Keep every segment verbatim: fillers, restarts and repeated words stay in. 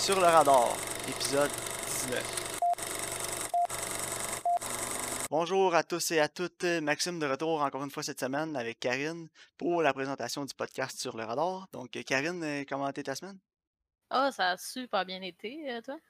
Sur le radar, épisode dix-neuf. Bonjour à tous et à toutes, Maxime de retour encore une fois cette semaine avec Karine pour la présentation du podcast Sur le radar. Donc Karine, comment a été ta semaine? Ah, oh, ça a super bien été, euh, toi?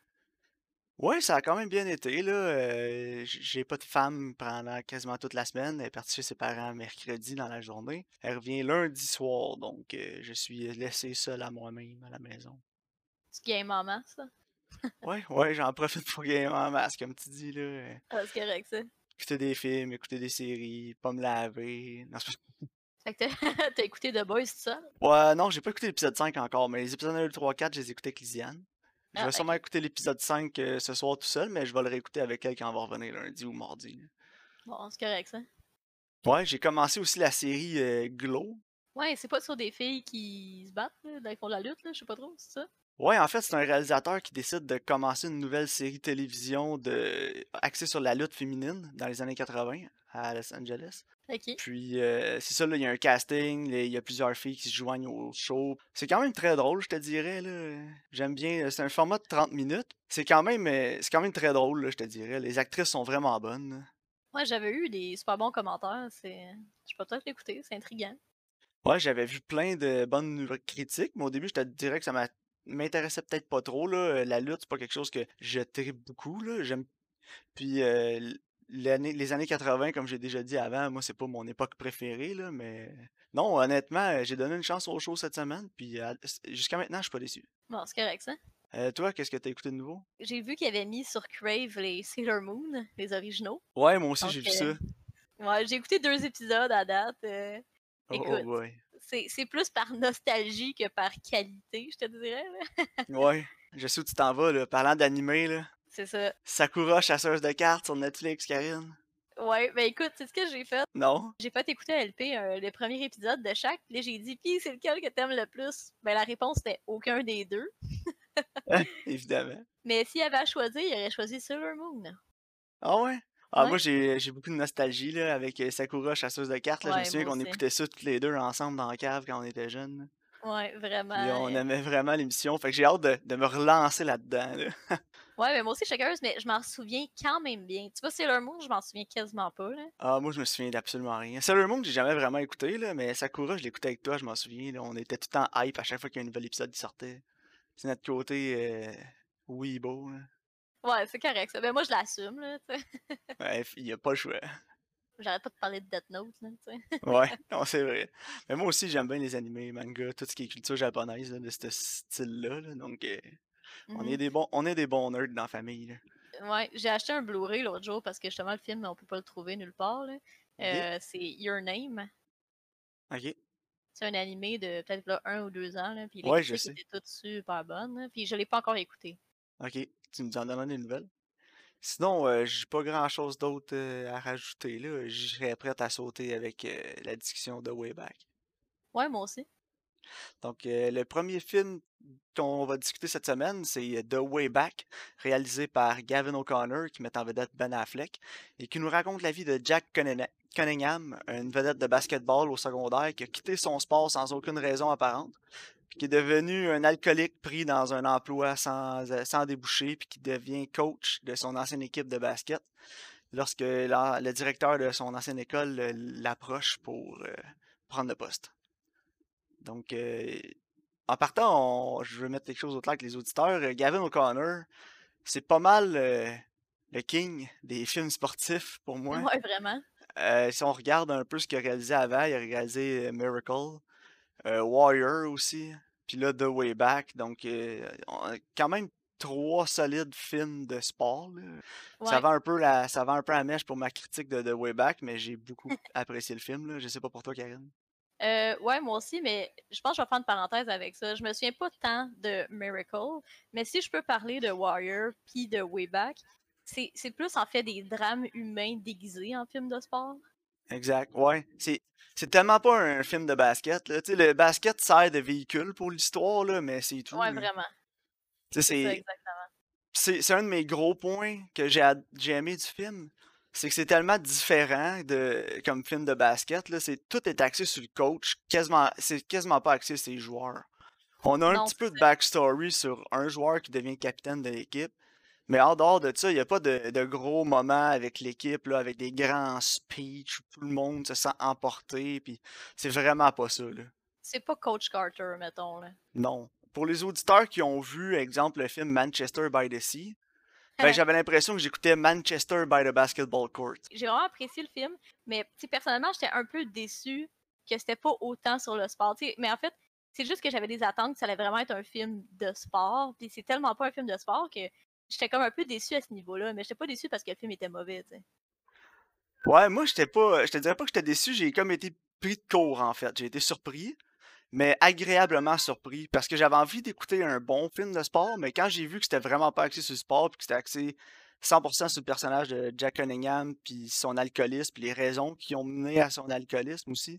Oui, ça a quand même bien été, là. Euh, j- j'ai pas de femme pendant quasiment toute la semaine. Elle est partie chez ses parents mercredi dans la journée. Elle revient lundi soir, donc euh, je suis laissé seul à moi-même à la maison. Tu games en masse, ça? Ouais, ouais, j'en profite pour gagner en masse, comme tu dis, là. euh, Ah, c'est correct, ça. Écouter des films, écouter des séries, pas me laver. Non, c'est Fait que t'as t'as écouté The Boys tout seul? pas- ouais, non, j'ai pas écouté l'épisode cinq encore, mais les épisodes un, deux, trois, quatre, je les écoutais avec Lisiane. Je Ah, vais sûrement ok. écouter l'épisode cinq euh, ce soir tout seul, mais je vais le réécouter avec elle quand on va revenir lundi ou mardi, là. Bon, c'est correct, ça. Ouais, j'ai commencé aussi la série euh, Glow. Ouais, c'est pas sur des filles qui se battent, là, dans le fond de la lutte, là, je sais pas trop, c'est ça? Ouais, en fait, c'est un réalisateur qui décide de commencer une nouvelle série télévision de... axée sur la lutte féminine dans les années quatre-vingts à Los Angeles. Ok. Puis euh, c'est ça, là, il y a un casting, là, il y a plusieurs filles qui se joignent au show. C'est quand même très drôle, je te dirais, là. J'aime bien. C'est un format de trente minutes. C'est quand même euh, c'est quand même très drôle, là, je te dirais. Les actrices sont vraiment bonnes, là. Ouais, j'avais eu des super bons commentaires, c'est... Je peux peut-être l'écouter, c'est intriguant. Ouais, j'avais vu plein de bonnes critiques, mais au début, je te dirais que ça m'a- m'intéressait peut-être pas trop, là. La lutte, c'est pas quelque chose que je tripe beaucoup, là. J'aime. Puis euh, l- l'année, les années quatre-vingts, comme j'ai déjà dit avant, moi, c'est pas mon époque préférée, là, mais non, honnêtement, euh, j'ai donné une chance au show cette semaine, puis euh, c- jusqu'à maintenant, je suis pas déçu. Bon, c'est correct, ça. Euh, toi, qu'est-ce que t'as écouté de nouveau? J'ai vu qu'il avait mis sur Crave les Sailor Moon, les originaux. Ouais, moi aussi, Donc, j'ai vu euh, ça. ouais, j'ai écouté deux épisodes à date. euh, Oh, oh Écoute, boy. c'est c'est plus par nostalgie que par qualité, je te dirais, là. Ouais, je sais où tu t'en vas, là. Parlant d'animé, là. C'est ça. Sakura, chasseuse de cartes sur Netflix, Karine. Ouais, ben écoute, c'est ce que j'ai fait. Non? J'ai fait écouter à L P euh, le premier épisode de chaque. Puis là, j'ai dit, pis c'est lequel que t'aimes le plus? Ben la réponse c'était aucun des deux. Évidemment. Mais s'il avait à choisir, il aurait choisi Sailor Moon. Ah ouais? Ah, moi, Ouais. j'ai j'ai beaucoup de nostalgie, là, avec euh, Sakura, chasseuse de cartes, là. Je me Ouais, souviens moi qu'on aussi. écoutait ça toutes les deux ensemble dans la cave quand on était jeunes, là. Ouais, Puis vraiment. on euh. aimait vraiment l'émission. Fait que j'ai hâte de, de me relancer là-dedans, là. Ouais, mais moi aussi, je suis curieuse, mais je m'en souviens quand même bien. Tu vois, Sailor Moon, je m'en souviens quasiment pas, là. Ah, moi, je me souviens d'absolument rien. Sailor Moon, j'ai jamais vraiment écouté, là, mais Sakura, je l'écoutais avec toi, je m'en souviens, là. On était tout le temps hype à chaque fois qu'il y a un nouvel épisode qui sortait. C'est notre côté euh, weebo, là. Ouais, c'est correct, ça. Ben moi, je l'assume, là, tu sais. Ouais, il y a pas le choix. J'arrête pas de parler de Death Note, là, tu sais. Ouais, non, c'est vrai. Mais moi aussi, j'aime bien les animés, mangas, tout ce qui est culture japonaise, là, de ce style-là, là. Donc, euh, on est Mhm. des bons, on est des bons nerds dans la famille, là. Ouais, j'ai acheté un Blu-ray l'autre jour parce que justement, le film, on peut pas le trouver nulle part, là. Ok, Euh, c'est Your Name. ok. C'est un animé de peut-être là, un ou deux ans, là, puis les Ouais, je critiques sais. étaient toutes super bonnes, là, puis je l'ai pas encore écouté. Ok, tu nous en donnes des nouvelles. Sinon, euh, j'ai pas grand-chose d'autre euh, à rajouter, là. Je serais prêt à sauter avec euh, la discussion de Wayback. Ouais, moi aussi. Donc, euh, le premier film qu'on va discuter cette semaine, c'est The Way Back, réalisé par Gavin O'Connor, qui met en vedette Ben Affleck, et qui nous raconte la vie de Jack Cunningham, Cunningham, une vedette de basketball au secondaire qui a quitté son sport sans aucune raison apparente, puis qui est devenu un alcoolique pris dans un emploi sans, euh, sans débouché, puis qui devient coach de son ancienne équipe de basket lorsque la- le directeur de son ancienne école euh, l'approche pour euh, prendre le poste. Donc, euh, en partant, on- je veux mettre quelque chose au clair avec les auditeurs. Euh, Gavin O'Connor, c'est pas mal euh, le king des films sportifs pour moi. Ouais, vraiment. Euh, si on regarde un peu ce qu'il a réalisé avant, il a réalisé euh, Miracle, euh, Warrior aussi, puis là The Way Back. Donc, euh, on a quand même trois solides films de sport, là. Ça Ouais. va un peu la, ça va un peu à mèche pour ma critique de The Way Back, mais j'ai beaucoup apprécié le film, là. Je sais pas pour toi, Karine. Euh, ouais, moi aussi, mais je pense que je vais faire une parenthèse avec ça. Je me souviens pas tant de Miracle, mais si je peux parler de Warrior puis de Wayback, c'est c'est plus en fait des drames humains déguisés en film de sport. Exact, ouais. C'est c'est tellement pas un film de basket, là. Tu sais, le basket sert de véhicule pour l'histoire, là, mais c'est tout, Ouais, là. vraiment. Tu sais, C'est ça, c'est exactement. c'est c'est un de mes gros points que j'ai ad- j'ai aimé du film. C'est que c'est tellement différent de comme film de basket, là. C'est tout est axé sur le coach, quasiment c'est quasiment pas axé sur les joueurs. On a un Non, petit c'est peu de ça. backstory sur un joueur qui devient capitaine de l'équipe, mais en dehors de ça, il n'y a pas de, de gros moments avec l'équipe, là, avec des grands speeches où tout le monde se sent emporté, puis c'est vraiment pas ça, là. C'est pas Coach Carter, mettons, là. Non. Pour les auditeurs qui ont vu, exemple, le film Manchester by the Sea, ben j'avais l'impression que j'écoutais Manchester by the Basketball Court. J'ai vraiment apprécié le film, mais tu sais, personnellement, j'étais un peu déçue que c'était pas autant sur le sport. Tu sais, mais en fait, c'est juste que j'avais des attentes que ça allait vraiment être un film de sport, puis c'est tellement pas un film de sport que j'étais comme un peu déçue à ce niveau-là, mais j'étais pas déçue parce que le film était mauvais, tu sais. Ouais, moi, j'étais pas, je te dirais pas que j'étais déçu, j'ai comme été pris de court, en fait. J'ai été surpris, mais agréablement surpris, parce que j'avais envie d'écouter un bon film de sport, mais quand j'ai vu que c'était vraiment pas axé sur le sport, puis que c'était axé cent pour cent sur le personnage de Jack Cunningham, puis son alcoolisme, puis les raisons qui ont mené à son alcoolisme aussi,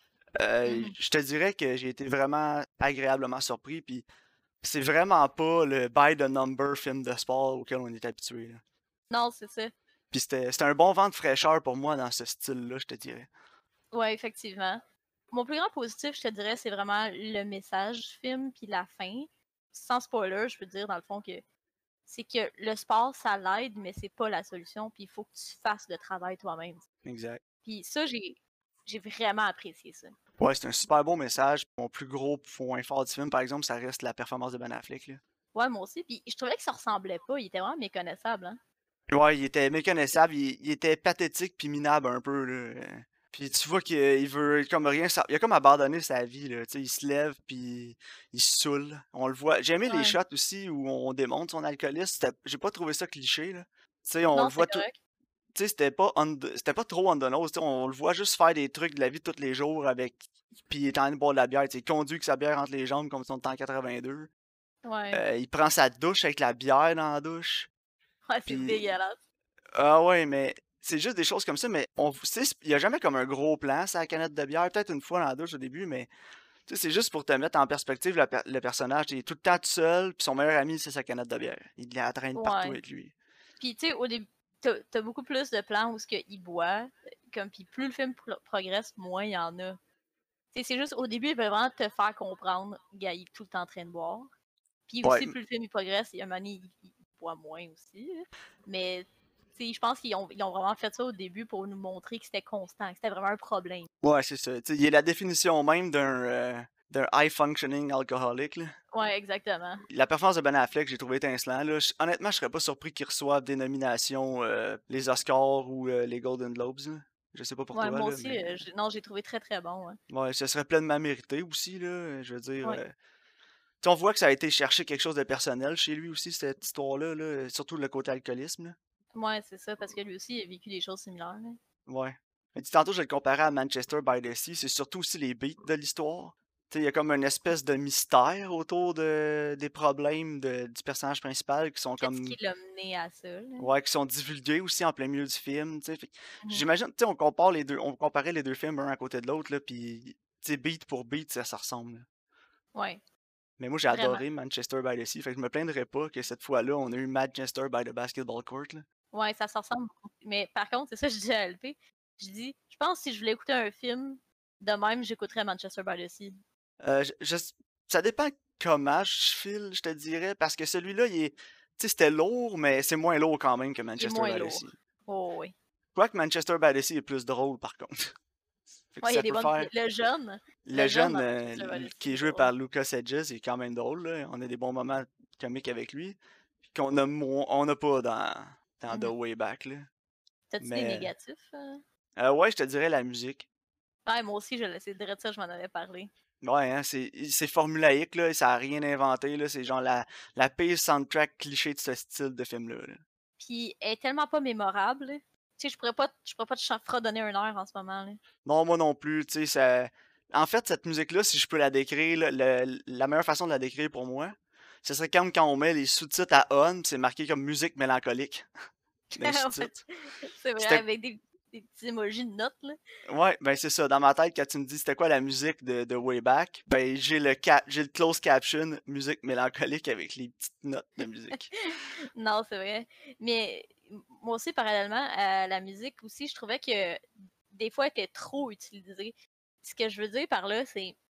euh, Mhm. je te dirais que j'ai été vraiment agréablement surpris, puis c'est vraiment pas le by the number film de sport auquel on est habitué, là. Non, c'est ça. Puis c'était c'était un bon vent de fraîcheur pour moi dans ce style-là, je te dirais. Ouais, effectivement. Mon plus grand positif, je te dirais, c'est vraiment le message du film puis la fin. Sans spoiler, je peux te dire dans le fond que c'est que le sport, ça l'aide, mais c'est pas la solution, puis il faut que tu fasses le travail toi-même. Exact. Puis ça, j'ai j'ai vraiment apprécié ça. Ouais, c'est un super beau message. Mon plus gros point fort du film, par exemple, ça reste la performance de Ben Affleck, là. Ouais, moi aussi. Puis je trouvais que ça ressemblait pas. Il était vraiment méconnaissable, hein. Ouais, il était méconnaissable, il, il était pathétique puis minable un peu, là. Puis tu vois qu'il il veut comme rien, sa- il a comme abandonné sa vie, là. Tu sais, il se lève puis il se saoule. On le voit. J'ai aimé les Ouais. shots aussi où on démontre son alcoolisme. C'était- J'ai pas trouvé ça cliché, là. Tu sais, on Non, le c'est voit tout. correct. Tu sais, c'était pas on the- c'était pas trop on the nose, tu sais, on le voit juste faire des trucs de la vie de tous les jours avec puis il est en train de boire de la bière, tu sais, il conduit avec sa bière entre les jambes comme si on était en quatre-vingt-deux. Ouais. Euh, il prend sa douche avec la bière dans la douche. Ouais, c'est Puis dégueulasse. ah ouais, mais c'est juste des choses comme ça, mais on tu sais, il y a jamais comme un gros plan sur la canette de bière, peut-être une fois dans la douche au début, mais tu sais, c'est juste pour te mettre en perspective le, per- le personnage, il est tout le temps tout seul, puis son meilleur ami c'est sa canette de bière. Il la traîne partout Ouais. avec lui. Puis tu sais, au début, t'as t'as beaucoup plus de plans où ce qu'il boit. Comme, puis plus le film pro- progresse, moins il y en a. Tu sais, c'est juste au début, il veut vraiment te faire comprendre, gars, il est tout le temps en train de boire. Puis Ouais, aussi, plus le film il progresse, il y a un moment donné, il, il boit moins aussi, là. Mais tu sais, je pense qu'ils ont, ils ont vraiment fait ça au début pour nous montrer que c'était constant, que c'était vraiment un problème. ouais, c'est ça. Tu sais, il est la définition même d'un euh, d'un high functioning alcoholic, là. Ouais, exactement. La performance de Ben Affleck, j'ai trouvé étincelant, là. Je- honnêtement, je serais pas surpris qu'il reçoive des nominations, euh, les Oscars ou euh, les Golden Globes, là. Je sais pas pour Ouais, toi, moi là, aussi, mais euh, j'ai- non, j'ai trouvé très très bon. Ouais. ouais, ce serait pleinement mérité aussi, là. Je veux dire, Ouais, euh, tu sais, on voit que ça a été chercher quelque chose de personnel chez lui aussi, cette histoire-là, là, surtout le côté alcoolisme, là. ouais, c'est ça, parce que lui aussi, il a vécu des choses similaires, là. Ouais. Mais tu sais, tantôt, je le comparais à Manchester by the Sea, c'est surtout aussi les beats de l'histoire. Tu sais, il y a comme une espèce de mystère autour de, des problèmes de- du personnage principal qui sont Qu'est-ce qui comme, l'a mené à ça, là? ouais, qui sont divulgués aussi en plein milieu du film, tu sais. Fait que Mhm. j'imagine, tu sais, on compare les deux, on comparait les deux films un à côté de l'autre, là, puis, tu sais, beat pour beat, ça, ça ressemble, là. Ouais, Mais moi, j'ai vraiment. adoré Manchester by the Sea, fait que je me plaindrais pas que cette fois-là, on a eu Manchester by the Basketball Court, là. Ouais, ça se ressemble beaucoup. Mais par contre, c'est ça que je dis à L P. Je dis, je pense que si je voulais écouter un film de même, j'écouterais Manchester by the Sea. Euh, je, je- ça dépend comment je file, je te dirais, parce que celui-là, il est, tu sais, c'était lourd, mais c'est moins lourd quand même que Il est Manchester moins by the lourd. Sea. Oh, oui. Quoique Manchester by the Sea est plus drôle, par contre. Fait que Ouais, il y a ça des peut bonnes. faire. Le jeune, Le le jeune jeune dans euh, Manchester by l- the qui Sea est est joué drôle. par Lucas Hedges est quand même drôle, là. On a des bons moments comiques avec lui. Puis qu'on a mo- on n'a pas dans, dans The Mhm. Way Back, là. T'as-tu des Mais négatifs? euh? euh, ouais, je te dirais la musique. Ouais, moi aussi, je le sais. Direct ça, je m'en avais parlé. Ouais, hein, c'est c'est formulaïque, là, ça a rien inventé, là. C'est genre la, la pire soundtrack cliché de ce style de film-là, là. Puis, elle est tellement pas mémorable, là. Tu sais, je pourrais pas, je pourrais pas te chan- fredonner un air en ce moment, là. Non, moi non plus, tu sais, ça... En fait, cette musique-là, si je peux la décrire, là, le- la meilleure façon de la décrire pour moi, ce serait comme quand on met les sous-titres à on, pis c'est marqué comme musique mélancolique dans les Ouais, sous-titres. c'est vrai, C'était... avec des, des petits emojis de notes, là. Ouais, ben c'est ça. Dans ma tête, quand tu me dis c'était quoi la musique de, de Wayback, ben j'ai le cap... j'ai le close caption musique mélancolique avec les petites notes de musique. Non, c'est vrai. Mais m- moi aussi, parallèlement à la musique aussi, je trouvais que des fois, elle était trop utilisée. Ce que je veux dire par là, c'est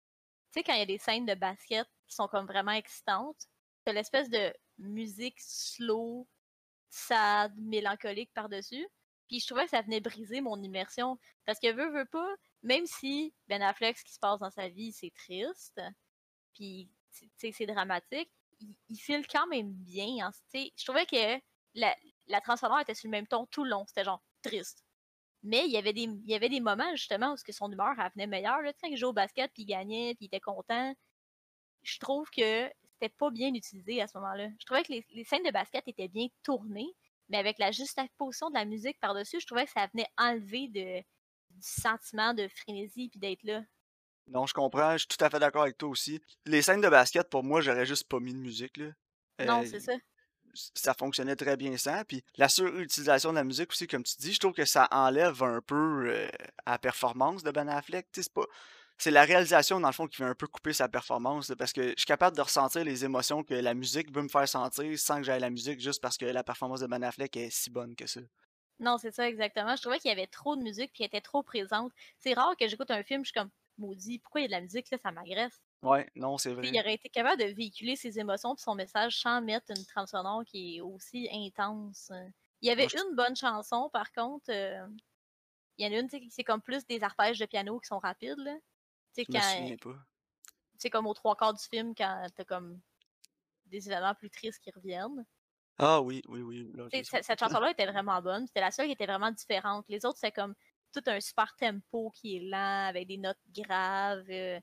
sais, quand il y a des scènes de basket qui sont comme vraiment excitantes, t'as l'espèce de musique slow, sad, mélancolique par-dessus. Puis je trouvais que ça venait briser mon immersion. Parce que veut, veut pas, même si Ben Affleck, ce qui se passe dans sa vie, c'est triste, puis c'est dramatique, il, il file quand même bien. Hein, je trouvais que la, la transformation était sur le même ton tout le long. C'était genre triste. Mais il y avait des, il y avait des moments justement où que son humeur elle venait meilleure. Là, quand il jouait au basket, puis il gagnait, puis il était content. Je trouve que c'était pas bien utilisé à ce moment-là. Je trouvais que les, les scènes de basket étaient bien tournées, mais avec la juxtaposition de la musique par-dessus, je trouvais que ça venait enlever de, du sentiment de frénésie puis d'être là. Non, je comprends, je suis tout à fait d'accord avec toi aussi. Les scènes de basket, pour moi, j'aurais juste pas mis de musique, là. Non, Euh, c'est ça. ça fonctionnait très bien sans. Puis la surutilisation de la musique aussi, comme tu dis, je trouve que ça enlève un peu euh, à la performance de Ben Affleck. Tu sais, c'est pas. C'est la réalisation, dans le fond, qui vient un peu couper sa performance. Là, parce que je suis capable de ressentir les émotions que la musique veut me faire sentir sans que j'aille la musique, juste parce que la performance de Ben Affleck est si bonne que ça. Non, c'est ça exactement. Je trouvais qu'il y avait trop de musique puis elle était trop présente. C'est rare que j'écoute un film, je suis comme maudit, pourquoi il y a de la musique là, ça m'agresse. Ouais, non, c'est Il vrai. aurait été capable de véhiculer ses émotions et son message sans mettre une trame sonore qui est aussi intense. Il y Non, avait je, une bonne chanson, par contre. Euh, il y en a une, c'est comme plus des arpèges de piano qui sont rapides. Là. Tu sais, je me quand souviens pas. c'est comme aux trois quarts du film, quand t'as comme des événements plus tristes qui reviennent. Ah oui, oui, oui, là, je T'sais, sais. cette chanson-là était vraiment bonne. C'était la seule qui était vraiment différente. Les autres, c'est comme tout un super tempo qui est lent, avec des notes graves. Euh,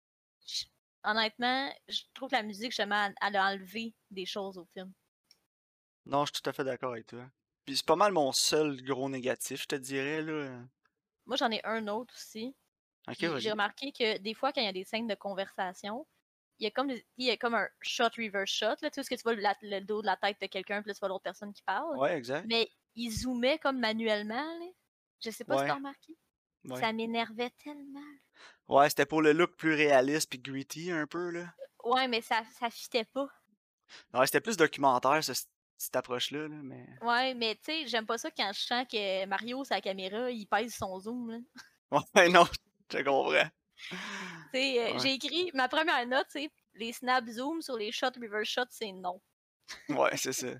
honnêtement, je trouve que la musique, justement, elle a enlevé des choses au film. Non, je suis tout à fait d'accord avec toi. Puis c'est pas mal mon seul gros négatif, je te dirais, là. Moi, j'en ai un autre aussi. Ok, Puis j'ai vas-y. remarqué que des fois, quand il y a des scènes de conversation, il y a comme, des- il y a comme un shot reverse shot. Là, tu sais, ce que tu vois le, la- le dos de la tête de quelqu'un, puis là, tu vois l'autre personne qui parle. Ouais, exact. Mais il zoomait comme manuellement. Là. Je sais pas si t'as Ouais, remarqué. ouais. Ça m'énervait tellement. Ouais, c'était pour le look plus réaliste puis gritty un peu, là. Ouais, mais ça, ça fitait pas. Ouais, c'était plus documentaire, ce- cette approche-là, là, mais... Ouais, mais tu sais, j'aime pas ça quand je sens que Mario, sa caméra, il pèse son zoom. Là. Ouais, non, je comprends. Tu sais, euh, Ouais, j'ai écrit ma première note, c'est les snap zoom sur les shots reverse shots, c'est non. ouais, c'est ça.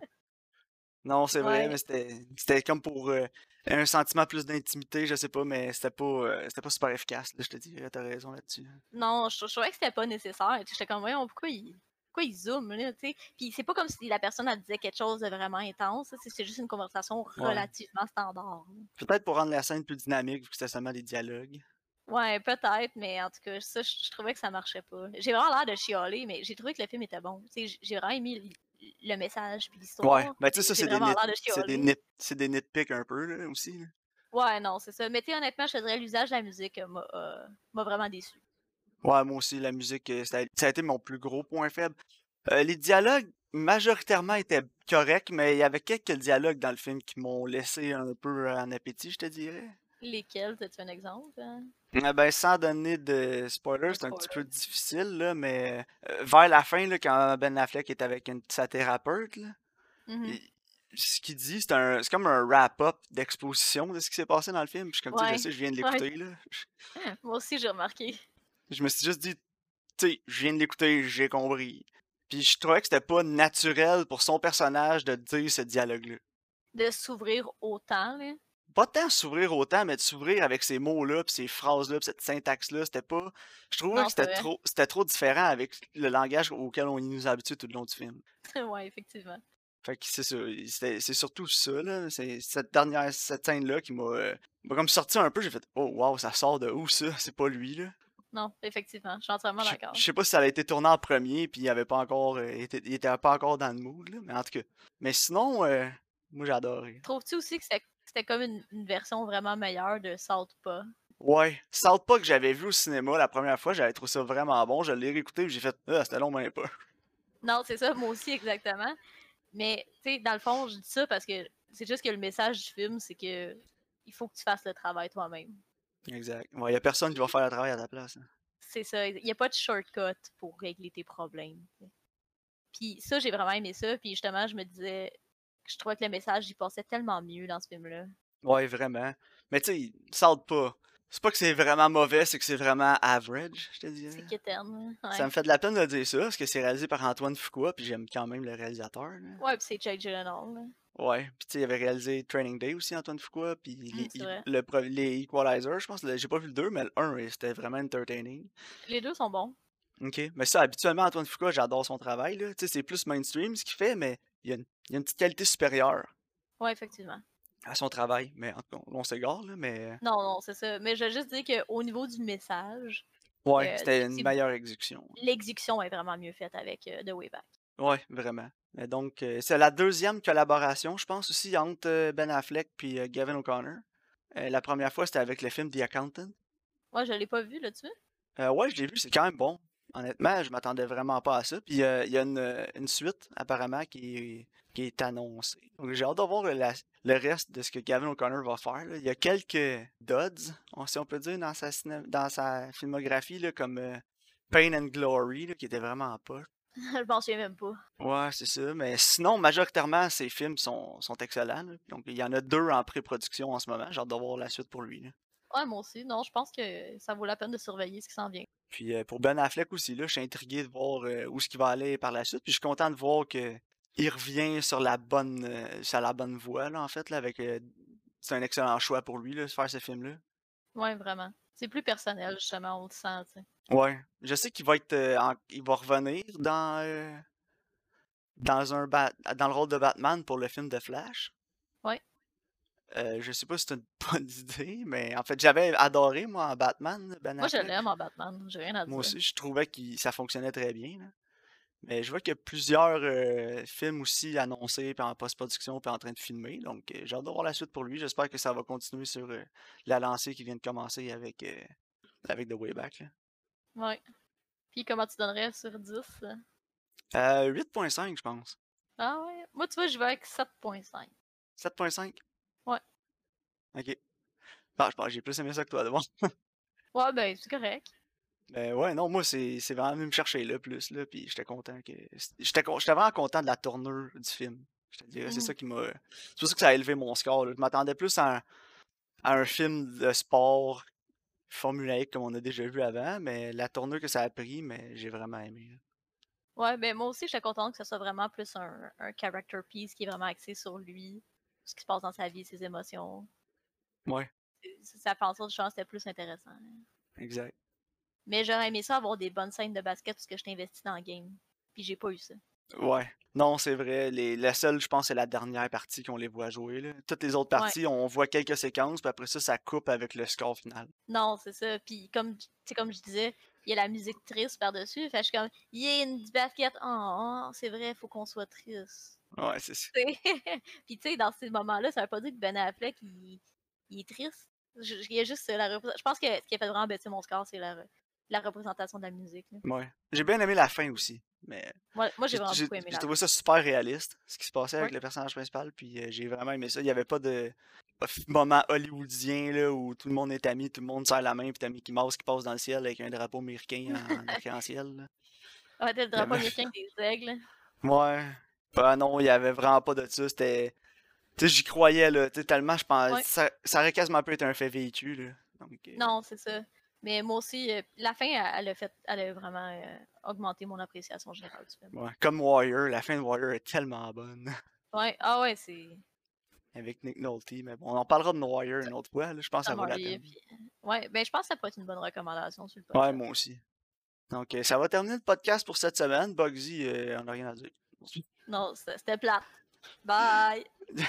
Non, c'est vrai, mais Ouais. c'était c'était comme pour euh, un sentiment plus d'intimité, je sais pas, mais c'était pas euh, c'était pas super efficace, là, je te dirais, t'as raison là-dessus. Non, je, je trouvais que c'était pas nécessaire. J'étais comme, voyons, pourquoi il, pourquoi il zoom, là, tu sais. Puis c'est pas comme si la personne, elle disait quelque chose de vraiment intense. C'est c'est juste une conversation Ouais. relativement standard. Peut-être pour rendre la scène plus dynamique, vu que c'était seulement des dialogues. Ouais, peut-être, mais en tout cas, ça, je, je trouvais que ça marchait pas. J'ai vraiment l'air de chialer, mais j'ai trouvé que le film était bon. Tu sais, j'ai vraiment aimé le, le message puis Ouais, l'histoire. ben tu sais, J'ai ça, j'ai c'est des vraiment nit l'air de c'est des chialer. nit c'est des nitpicks un peu, là, aussi, là. Ouais, non, c'est ça. Mais tu sais, honnêtement, je te dirais, l'usage de la musique euh, m'a euh, m'a vraiment déçu. Ouais, moi aussi, la musique, euh, ça a, ça a été mon plus gros point faible. Euh, les dialogues, majoritairement, étaient corrects, mais il y avait quelques dialogues dans le film qui m'ont laissé un peu en appétit, je te dirais. Lesquels, as-tu un exemple? Hein? Ah ben, sans donner de spoilers, De c'est un petit peu spoiler. difficile, là, mais euh, vers la fin, là, quand Ben Affleck est avec une, sa thérapeute, là, Mhm. il- ce qu'il dit, c'est un, c'est comme un wrap-up d'exposition de ce qui s'est passé dans le film. Puis je suis comme, tu sais, je Ouais. sais, je viens de Ouais. l'écouter, là. Je, Moi aussi, j'ai remarqué. je me suis juste dit, tu sais, je viens de l'écouter, j'ai compris. Puis je trouvais que c'était pas naturel pour son personnage de dire ce dialogue-là. De s'ouvrir autant, là. Pas tant s'ouvrir autant, mais de s'ouvrir avec ces mots-là, puis ces phrases-là, puis cette syntaxe-là, c'était pas. Je trouvais Non, que c'est c'était vrai. trop, c'était trop différent avec le langage auquel on nous a habitués tout le long du film. Ouais, effectivement. Fait que c'est ça, c'était- c'est surtout ça, là. C'est cette dernière, cette scène-là qui m'a euh, m'a comme sorti un peu. J'ai fait, oh wow, ça sort de où ça? C'est pas lui, là. Non, effectivement. Je suis entièrement Je d'accord. je sais pas si ça a été tourné en premier, puis il avait pas encore, euh, était- il était pas encore dans le mood, là. Mais en tout cas. Mais sinon, euh, moi j'ai adoré. Trouves-tu aussi que c'était c'était comme une, une version vraiment meilleure de Southpaw? Ouais, South Park que j'avais vu au cinéma la première fois, j'avais trouvé ça vraiment bon. Je l'ai réécouté et j'ai fait ah, c'était long mais pas. Non, c'est ça, moi aussi, exactement. Mais, tu sais, dans le fond, je dis ça parce que c'est juste que le message du film, c'est que il faut que tu fasses le travail toi-même. Exact. Ouais, y a personne qui va faire le travail à ta place, hein. C'est ça. Il n'y a pas de shortcut pour régler tes problèmes. Puis ça, j'ai vraiment aimé ça. Puis justement, je me disais, je trouvais que le message, il passait tellement mieux dans ce film-là. Ouais, vraiment. Mais tu sais, South pas. C'est pas que c'est vraiment mauvais, c'est que c'est vraiment average, je te C'est dirais. quétaine, Ça ouais. me fait de la peine de dire ça, parce que c'est réalisé par Antoine Fuqua, puis j'aime quand même le réalisateur, là. Ouais, pis c'est Jake Gyllenhaal, là. Ouais, puis tu sais, il avait réalisé Training Day aussi, Antoine Fuqua, puis Mmh, les, c'est E- vrai. le, pre- les Equalizer, je pense, le- j'ai pas vu le deux, mais le un, c'était vraiment entertaining. Les deux sont bons. Ok, mais ça, habituellement, Antoine Fuqua, j'adore son travail, là. Tu sais, c'est plus mainstream ce qu'il fait, mais il y a une, il y a une petite qualité supérieure Ouais, effectivement. à son travail. Mais en tout cas, on s'égare, là, mais Non, non, c'est ça. Mais je veux juste dire qu'au niveau du message, ouais, euh, c'était une c'est- meilleure exécution. l'exécution est vraiment mieux faite avec euh, The Way Back. Ouais, vraiment. Mais donc, euh, c'est la deuxième collaboration, je pense aussi, entre euh, Ben Affleck puis euh, Gavin O'Connor. Euh, la première fois, c'était avec le film The Accountant. Moi, je l'ai pas vu là-dessus. Euh, ouais, je l'ai vu, c'est quand même bon. Honnêtement, je m'attendais vraiment pas à ça. Puis euh, il y a une, euh, une suite, apparemment, qui est, qui est annoncée. Donc j'ai hâte de voir la- le reste de ce que Gavin O'Connor va faire, là. Il y a quelques duds, on- si on peut dire, dans sa, ciné- dans sa filmographie, là, comme euh, Pain and Glory, là, qui était vraiment pas. Je m'en souviens même pas. Ouais, c'est ça. Mais sinon, majoritairement, ses films sont, sont excellents, là. Donc il y en a deux en pré-production en ce moment. J'ai hâte de voir la suite pour lui, là. Ouais, moi aussi. Non, je pense que ça vaut la peine de surveiller ce qui s'en vient. Puis euh, pour Ben Affleck aussi, là, je suis intrigué de voir euh, où ce qu'il va aller par la suite. Puis je suis content de voir que il revient sur la bonne euh, sur la bonne voie, là, en fait, là, avec euh, c'est un excellent choix pour lui, là, de faire ce film-là. Ouais, vraiment. C'est plus personnel, justement, on le sent, tu sais. Ouais. Je sais qu'il va être euh, en- il va revenir dans euh, dans un Bat- dans le rôle de Batman pour le film de Flash. Ouais. Euh, je sais pas si c'est une bonne idée, mais en fait, j'avais adoré, moi, en Batman, Ben Moi, je Affleck. l'aime en Batman. J'ai rien à Moi dire. aussi, je trouvais que ça fonctionnait très bien, là. Mais je vois qu'il y a plusieurs euh, films aussi annoncés, puis en post-production, puis en train de filmer. Donc, euh, j'ai hâte de voir la suite pour lui. J'espère que ça va continuer sur euh, la lancée qui vient de commencer avec, euh, avec The Way Back, là. Ouais. Puis comment tu donnerais sur dix? euh? Euh, huit point cinq, je pense. Ah ouais. Moi, tu vois, je vais avec sept point cinq. sept point cinq? Ouais. Ok. Bah, je pense que j'ai plus aimé ça que toi devant. Ouais, ben, c'est correct. Mais ouais, non, moi, c'est c'est vraiment venu me chercher là, plus, là, puis j'étais content que... J'étais con- j'étais vraiment content de la tournure du film. Je te dirais, c'est ça Mhm. qui m'a... C'est pour ça que ça a élevé mon score, là. Je m'attendais plus à un, à un film de sport formulaïque comme on a déjà vu avant, mais la tournure que ça a pris, mais j'ai vraiment aimé, là. Ouais, ben, moi aussi, j'étais contente que ce soit vraiment plus un, un character piece qui est vraiment axé sur lui, ce qui se passe dans sa vie, ses émotions. Ouais, C'est- Ça fait en sorte, je pense, que c'était plus intéressant. exact. Mais j'aurais aimé ça avoir des bonnes scènes de basket parce que je t'investis dans le game. Puis j'ai pas eu ça. Ouais. Non, c'est vrai. Les, la seule, je pense, c'est la dernière partie qu'on les voit jouer, là. Toutes les autres Ouais. parties, on voit quelques séquences, puis après ça, ça coupe avec le score final. Non, c'est ça. Puis comme, tu sais, comme je disais, il y a la musique triste par-dessus. Fait que je suis comme, yeah, une du basket. Oh, oh, c'est vrai, faut qu'on soit triste. Ouais, c'est ça. Tu sais. Puis tu sais, dans ces moments-là, ça veut pas dire que Ben Affleck, il, il est triste. Je- Il y a juste la représent- Je pense que ce qui a fait vraiment baisser mon score, c'est la, re- la représentation de la musique, là. Ouais. J'ai bien aimé la fin aussi, mais Moi, moi j'ai j'ai vraiment j'ai- beaucoup aimé j'ai la trouvé fin. ça super réaliste, ce qui se passait avec Ouais. le personnage principal, puis euh, j'ai vraiment aimé ça. Il y avait pas de pas f- moment hollywoodien, là, où tout le monde est ami, tout le monde serre la main, puis t'as Mickey Mouse qui passe dans le ciel avec un drapeau américain en arc-en-ciel, là. Ouais, t'as le Il y drapeau avait... américain avec des aigles. Ouais. Ah non, il y avait vraiment pas de ça. C'était. Tu sais, j'y croyais, là. Tu sais, tellement, je pense. Ouais. Ça, ça aurait quasiment pu être un fait vécu, là. Donc, euh, Non, c'est ça. Mais moi aussi, euh, la fin, elle, elle a fait, elle a vraiment euh, augmenté mon appréciation générale du film. ouais. Comme Warrior, la fin de Warrior est tellement bonne. Ouais, ah ouais, c'est Avec Nick Nolte. Mais bon, on en parlera de Warrior une autre fois, là. Je pense que ça Tom vaut la Hardy. peine. Puis, euh, ouais, ben je pense que ça peut être une bonne recommandation sur le Ouais, podcast. moi aussi. Donc, euh, ça va terminer le podcast pour cette semaine. Bugsy, euh, on n'a rien à dire. Non, c'était c'était plate. Bye!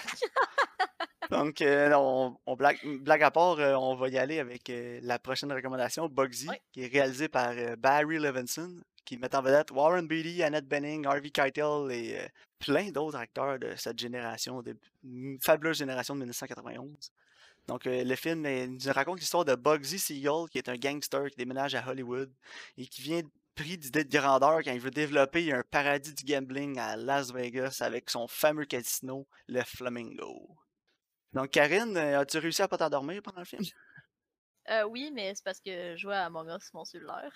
Donc, euh, on, on blague, blague à part, euh, on va y aller avec euh, la prochaine recommandation, Bugsy, Ouais. qui est réalisé par euh, Barry Levinson, qui met en vedette Warren Beatty, Annette Bening, Harvey Keitel et euh, plein d'autres acteurs de cette génération, de une fabuleuse génération de mille neuf cent quatre-vingt-onze. Donc, euh, le film euh, nous raconte l'histoire de Bugsy Siegel, qui est un gangster qui déménage à Hollywood et qui vient pris d'idées de grandeur quand il veut développer un paradis du gambling à Las Vegas avec son fameux casino, le Flamingo. Donc, Karine, euh, as-tu réussi à pas t'endormir pendant le film? Euh, oui, mais c'est parce que je jouais à Among Us sur mon cellulaire.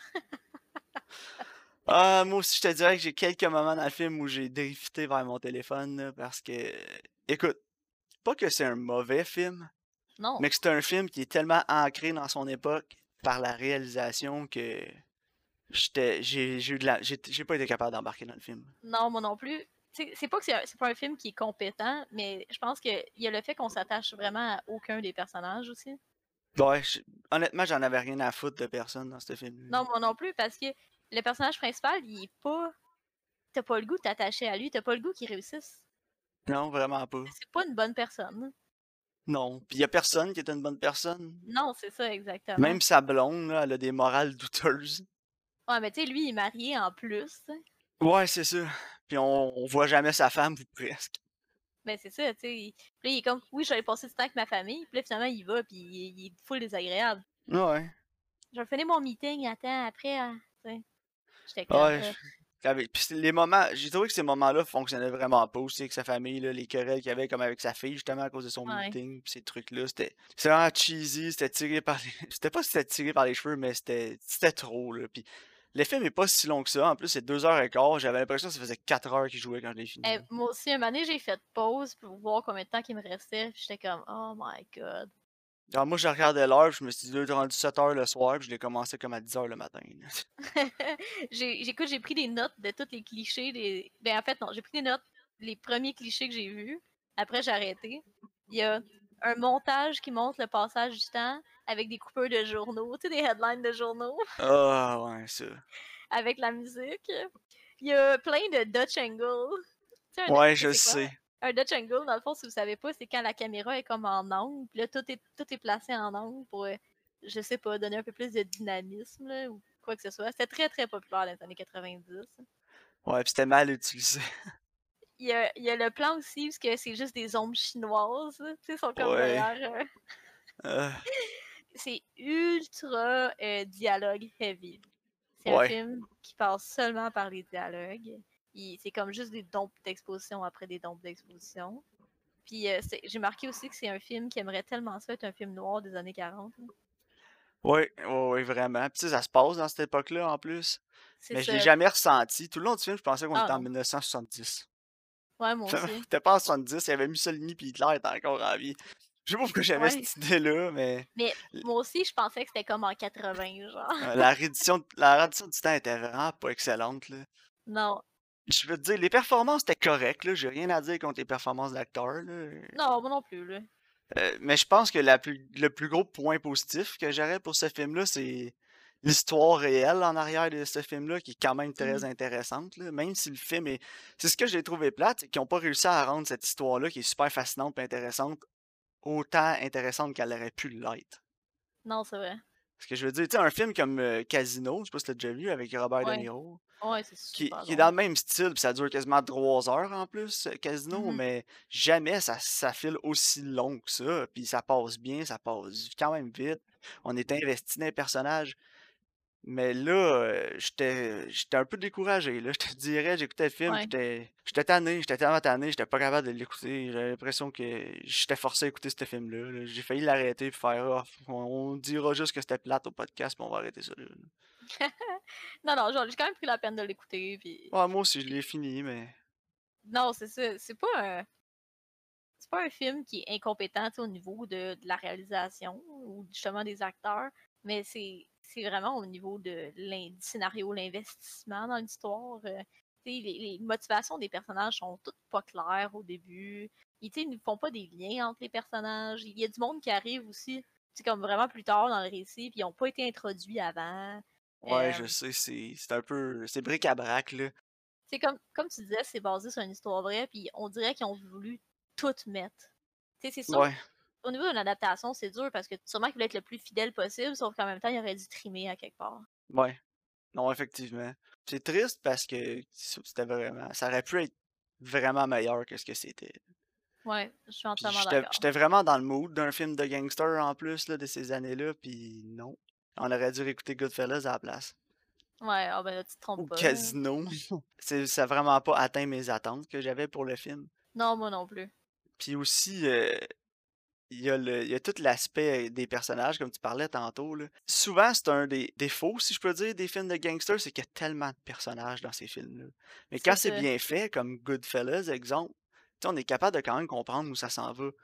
Ah, moi aussi, je te dirais que j'ai quelques moments dans le film où j'ai drifté vers mon téléphone, là, parce que, écoute, pas que c'est un mauvais film, Non. Mais que c'est un film qui est tellement ancré dans son époque par la réalisation que j'étais j'ai j'ai eu de la j'ai j'ai pas été capable d'embarquer dans le film. Non, moi non plus. Tu sais, c'est pas que c'est un- c'est pas un film qui est compétent, mais je pense qu'il y a le fait qu'on s'attache vraiment à aucun des personnages aussi. Ouais, je- honnêtement, j'en avais rien à foutre de personne dans ce film-là. Non, moi non plus, parce que le personnage principal, il est pas. T'as pas le goût de t'attacher à lui, t'as pas le goût qu'il réussisse. Non, vraiment pas. C'est pas une bonne personne. Non. Puis y a personne qui est une bonne personne. Non, c'est ça, exactement. Même sa blonde, là, elle a des morales douteuses. Ouais, mais tu sais, lui, il est marié en plus. T'sais. Ouais, c'est ça. Puis on, on voit jamais sa femme, ou presque. Ben, c'est ça, tu sais. il- Puis là, il est comme, oui, j'allais passer du temps avec ma famille. Puis là, finalement, il va, puis il, il est full désagréable. Ouais. Je vais finir mon meeting, attends, après, hein, tu sais. J'étais comme, Ouais. euh, je- avec- Puis c'est- les moments, j'ai trouvé que ces moments-là fonctionnaient vraiment pas aussi avec sa famille, là, les querelles qu'il y avait comme avec sa fille, justement à cause de son ouais. meeting, puis ces trucs-là. C'était c'était vraiment cheesy, c'était tiré par les. C'était pas que c'était tiré par les cheveux, mais c'était c'était trop, là. Puis le film est pas si long que ça. En plus, c'est deux heures et quart. J'avais l'impression que ça faisait quatre heures qu'il jouait quand je l'ai fini. Eh, moi aussi, un moment donné, j'ai fait pause pour voir combien de temps il me restait. Puis j'étais comme, oh my god. Alors moi, je regardais l'heure, puis je me suis dit, là, il est rendu sept heures le soir, puis je l'ai commencé comme à dix heures le matin. là. j'ai, j'écoute, j'ai pris des notes de tous les clichés. Des... Ben, en fait, non, j'ai pris des notes, les premiers clichés que j'ai vus. Après, j'ai arrêté. Il y a un montage qui montre le passage du temps avec des coupeurs de journaux, tu sais, des headlines de journaux Ah, ouais, ça. avec la musique. Il y a plein de Dutch angle. Tu sais, un- Ouais, tu sais, je c'est quoi? sais. Un Dutch angle, dans le fond, si vous savez pas, c'est quand la caméra est comme en angle, puis là, tout est, tout est placé en angle pour, euh, je sais pas, donner un peu plus de dynamisme, là, ou quoi que ce soit. C'était très, très populaire dans les années quatre-vingt-dix. Ouais, puis c'était mal utilisé. Il y a, il y a le plan aussi, parce que c'est juste des ombres chinoises, là, tu sais, sont comme Ouais. derrière. euh, Euh, C'est ultra euh, dialogue heavy. C'est un ouais. film qui passe seulement par les dialogues. Il- C'est comme juste des dompes d'exposition après des dompes d'exposition. Puis euh, c'est- j'ai marqué aussi que c'est un film qui aimerait tellement ça être un film noir des années quarante. là. Ouais, ouais, ouais, vraiment. Puis tu sais, ça se passe dans cette époque-là, en plus. C'est Mais je l'ai ça. jamais ressenti. Tout le long du film, je pensais qu'on Ah était en non. mille neuf cent soixante-dix. Ouais, moi aussi. C'était pas en soixante-dix, il y avait Mussolini puis Hitler était encore en vie. Je sais pas pourquoi j'avais Ouais. cette idée-là, mais Mais moi aussi, je pensais que c'était comme en quatre-vingts, genre. euh, la reddition, la reddition du temps était vraiment pas excellente, là. Non. Je veux te dire, les performances étaient correctes, là. J'ai rien à dire contre les performances d'acteurs, là. Non, moi non plus, là. Euh, mais je pense que la plus, le plus gros point positif que j'aurais pour ce film-là, c'est l'histoire réelle en arrière de ce film-là, qui est quand même très Mhm. intéressante, là. Même si le film est. C'est ce que j'ai trouvé plate, c'est qu'ils n'ont pas réussi à rendre cette histoire-là, qui est super fascinante et intéressante, autant intéressante qu'elle aurait pu l'être. Non, c'est vrai. Parce que je veux dire, tu sais, un film comme euh, Casino, je sais pas si tu l'as déjà vu avec Robert De Ouais. Niro, Ouais, c'est qui, super qui est dans drôle. le même style, puis ça dure quasiment trois heures en plus, euh, Casino, Mhm. mais jamais ça, ça file aussi long que ça, puis ça passe bien, ça passe quand même vite. On est investi dans les personnages. Mais là, euh, j'étais j'étais un peu découragé, là. Je te dirais, j'écoutais le film, Ouais. j'étais j'étais tanné, j'étais tellement tanné, j'étais pas capable de l'écouter. J'avais l'impression que j'étais forcé à écouter ce film-là. là. J'ai failli l'arrêter et faire ah, on, on dira juste que c'était plate au podcast, puis on va arrêter ça là. là. Non, non, genre, j'ai quand même pris la peine de l'écouter. Puis... Ouais, moi aussi, je l'ai fini, mais. Non, c'est ça. C'est pas un. C'est pas un film qui est incompétent tu sais, au niveau de, de la réalisation ou justement des acteurs, mais c'est c'est vraiment au niveau de l'in- du scénario, l'investissement dans l'histoire. euh, tu sais, les, les motivations des personnages sont toutes pas claires au début. Ils, tu sais, ils ne font pas des liens entre les personnages. Il y a du monde qui arrive aussi, c'est comme vraiment plus tard dans le récit, puis ils n'ont pas été introduits avant. Ouais, Euh, je sais, c'est c'est un peu. C'est bric-à-brac, là. c'est comme, comme tu disais, c'est basé sur une histoire vraie, puis on dirait qu'ils ont voulu tout mettre. Tu sais, c'est sûr, Ouais, au niveau d'une adaptation, c'est dur parce que sûrement qu'il voulait être le plus fidèle possible, sauf qu'en même temps, il aurait dû trimer à quelque part. ouais. Non, effectivement. C'est triste parce que c'était vraiment. Ça aurait pu être vraiment meilleur que ce que c'était. Ouais, je suis Puis entièrement j'étais d'accord. j'étais vraiment dans le mood d'un film de gangster en plus là, de ces années-là, puis non. On aurait dû réécouter Goodfellas à la place. Ouais, ah ben là, tu te trompes Ou pas. Là. Casino. C'est, ça a vraiment pas atteint mes attentes que j'avais pour le film. Non, moi non plus. Puis aussi, euh, il y a le, il y a tout l'aspect des personnages, comme tu parlais tantôt. Là. Souvent, c'est un des défauts, si je peux dire, des films de gangsters, c'est qu'il y a tellement de personnages dans ces films-là. Mais C'est quand c'est ça. bien fait, comme Goodfellas, exemple, tu sais, on est capable de quand même comprendre où ça s'en va.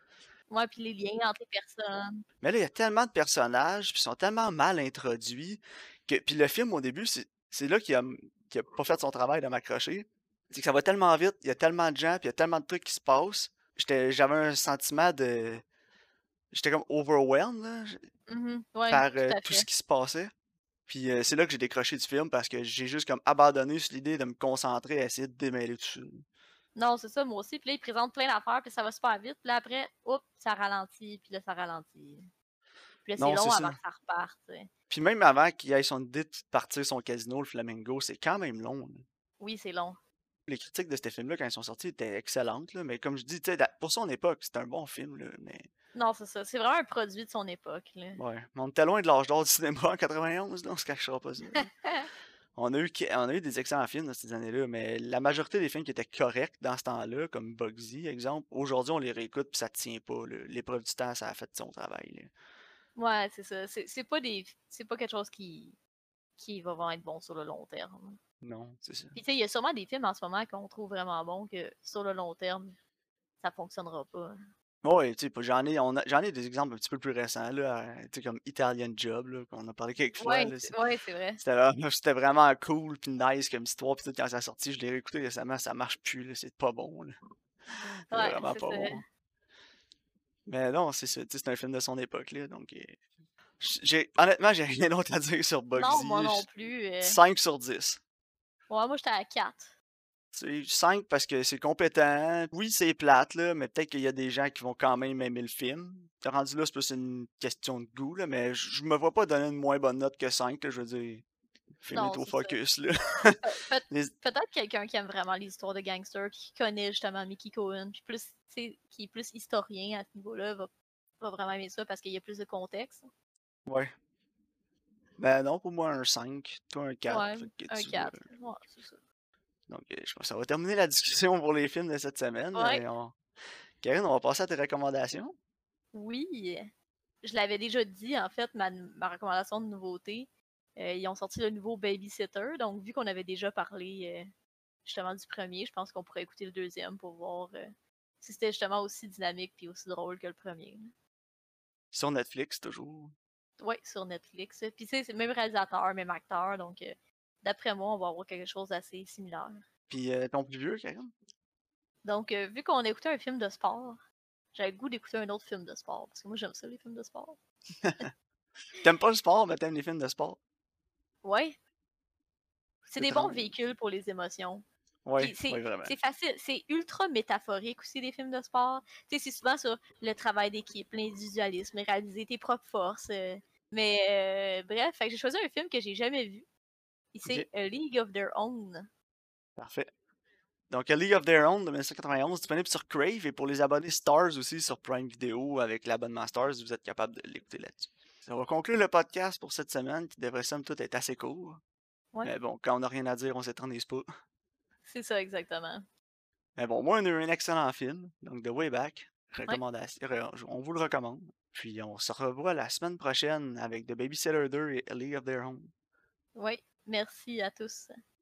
Ouais, puis les liens entre les personnes. Mais là, il y a tellement de personnages, puis ils sont tellement mal introduits, que puis le film, au début, c'est c'est là qu'il a, qu'il a pas fait son travail de m'accrocher. C'est que ça va tellement vite, il y a tellement de gens, puis il y a tellement de trucs qui se passent. J'étais, j'avais un sentiment de... J'étais comme overwhelmed là, j- Mhm. Ouais, par euh, tout à tout ce fait. qui se passait. Puis euh, c'est là que j'ai décroché du film parce que j'ai juste comme abandonné sur l'idée de me concentrer à essayer de démêler tout ça. Non, c'est ça, moi aussi. Puis là, ils présentent plein d'affaires, puis ça va super vite. Puis là, après, oups, ça ralentit, puis là, ça ralentit. Puis là, c'est Non, c'est long avant ça. que ça reparte, tu sais. Puis même avant qu'il aille son idée de partir son casino, le Flamingo, c'est quand même long, là. Oui, c'est long. Les critiques de ce film-là, quand ils sont sortis, étaient excellentes, là, mais comme je dis, tu sais, da- pour son époque, c'était un bon film, là, mais Non, c'est ça. C'est vraiment un produit de son époque, là. ouais. Mais on était loin de l'âge d'or du cinéma en quatre-vingt-onze, là, on se cachera pas ça. Là. On a eu, qui- on a eu des excellents films dans ces années-là, mais la majorité des films qui étaient corrects dans ce temps-là, comme Bugsy, exemple, aujourd'hui, on les réécoute puis ça tient pas, là. L'épreuve du temps, ça a fait son travail, là. Ouais, c'est ça. C'est c'est pas des. C'est pas quelque chose qui, qui va vraiment être bon sur le long terme. Non, c'est ça. Puis tu sais, il y a sûrement des films en ce moment qu'on trouve vraiment bons que sur le long terme, ça fonctionnera pas. Ouais, tu sais, pas- j'en ai, on a- j'en ai des exemples un petit peu plus récents, là, euh, tu sais, comme Italian Job, là, qu'on a parlé quelques fois, Ouais, là, c'est c'est- ouais, c'est vrai. c'était vraiment, c'était vraiment cool puis nice comme histoire, puis tout, quand ça a sorti, je l'ai réécouté récemment, ça marche plus, là, c'est pas bon, là. C'est Ouais, vraiment c'est pas ça. bon. Mais non, c'est ça, tu sais, c'est un film de son époque, là, donc... euh, j'ai, honnêtement, j'ai rien d'autre à dire sur Non, moi Bugsy. non plus. euh. cinq sur dix. Ouais, moi j'étais à quatre. C'est cinq parce que c'est compétent. Oui, c'est plate, là, mais peut-être qu'il y a des gens qui vont quand même aimer le film. T'as rendu là, c'est plus une question de goût, là, mais je je me vois pas donner une moins bonne note que cinq, là, je veux dire. Le film est Non, au c'est ça. focus, là. Pe- peut- Les- Peut-être quelqu'un qui aime vraiment les histoires de gangsters, puis qui connaît justement Mickey Cohen, puis plus, tu sais, qui est plus historien à ce niveau-là, va, va vraiment aimer ça parce qu'il y a plus de contexte. Ouais. Ben non, pour moi, un cinq, toi un quatre. Ouais, Fait que un tu vois. quatre. Ouais, c'est ça. Donc, euh, je pense que ça va terminer la discussion pour les films de cette semaine. Ouais, Euh, on- Karine, on va passer à tes recommandations. oui. Je l'avais déjà dit, en fait, ma, ma recommandation de nouveauté. Euh, ils ont sorti le nouveau Babysitter, donc vu qu'on avait déjà parlé euh, justement du premier, je pense qu'on pourrait écouter le deuxième pour voir euh, si c'était justement aussi dynamique puis aussi drôle que le premier. Sur Netflix, toujours. Ouais, sur Netflix. Puis tu sais, c'est le même réalisateur, même acteur, donc euh, d'après moi, on va avoir quelque chose d'assez similaire. Puis euh, ton plus vieux, Karine? Donc, euh, vu qu'on a écouté un film de sport, j'avais le goût d'écouter un autre film de sport, parce que moi j'aime ça, les films de sport. T'aimes pas le sport, mais t'aimes les films de sport. Ouais, c'est C'est des bons étrange. véhicules pour les émotions. Ouais, Puis c'est ouais, vraiment. c'est facile, c'est ultra métaphorique aussi, les films de sport. Tu sais, c'est souvent sur le travail d'équipe, l'individualisme, réaliser tes propres forces. euh, mais euh, bref, fait que j'ai choisi un film que j'ai jamais vu. Et Ok, c'est A League of Their Own. parfait. Donc, A League of Their Own de mille neuf cent quatre-vingt-onze, disponible sur Crave et pour les abonnés Stars aussi sur Prime Video avec l'abonnement Stars, vous êtes capable de l'écouter là-dessus. Ça va conclure le podcast pour cette semaine qui devrait somme toute être assez court. Ouais, Mais bon, quand on n'a rien à dire, on s'éternise pas. c'est ça exactement. Mais bon, moi, on a eu un excellent film, donc The Way Back. Ouais, Recommandation, re- on vous le recommande. Puis on se revoit la semaine prochaine avec The Babysitter deux et A League of Their Own. ouais. Merci à tous.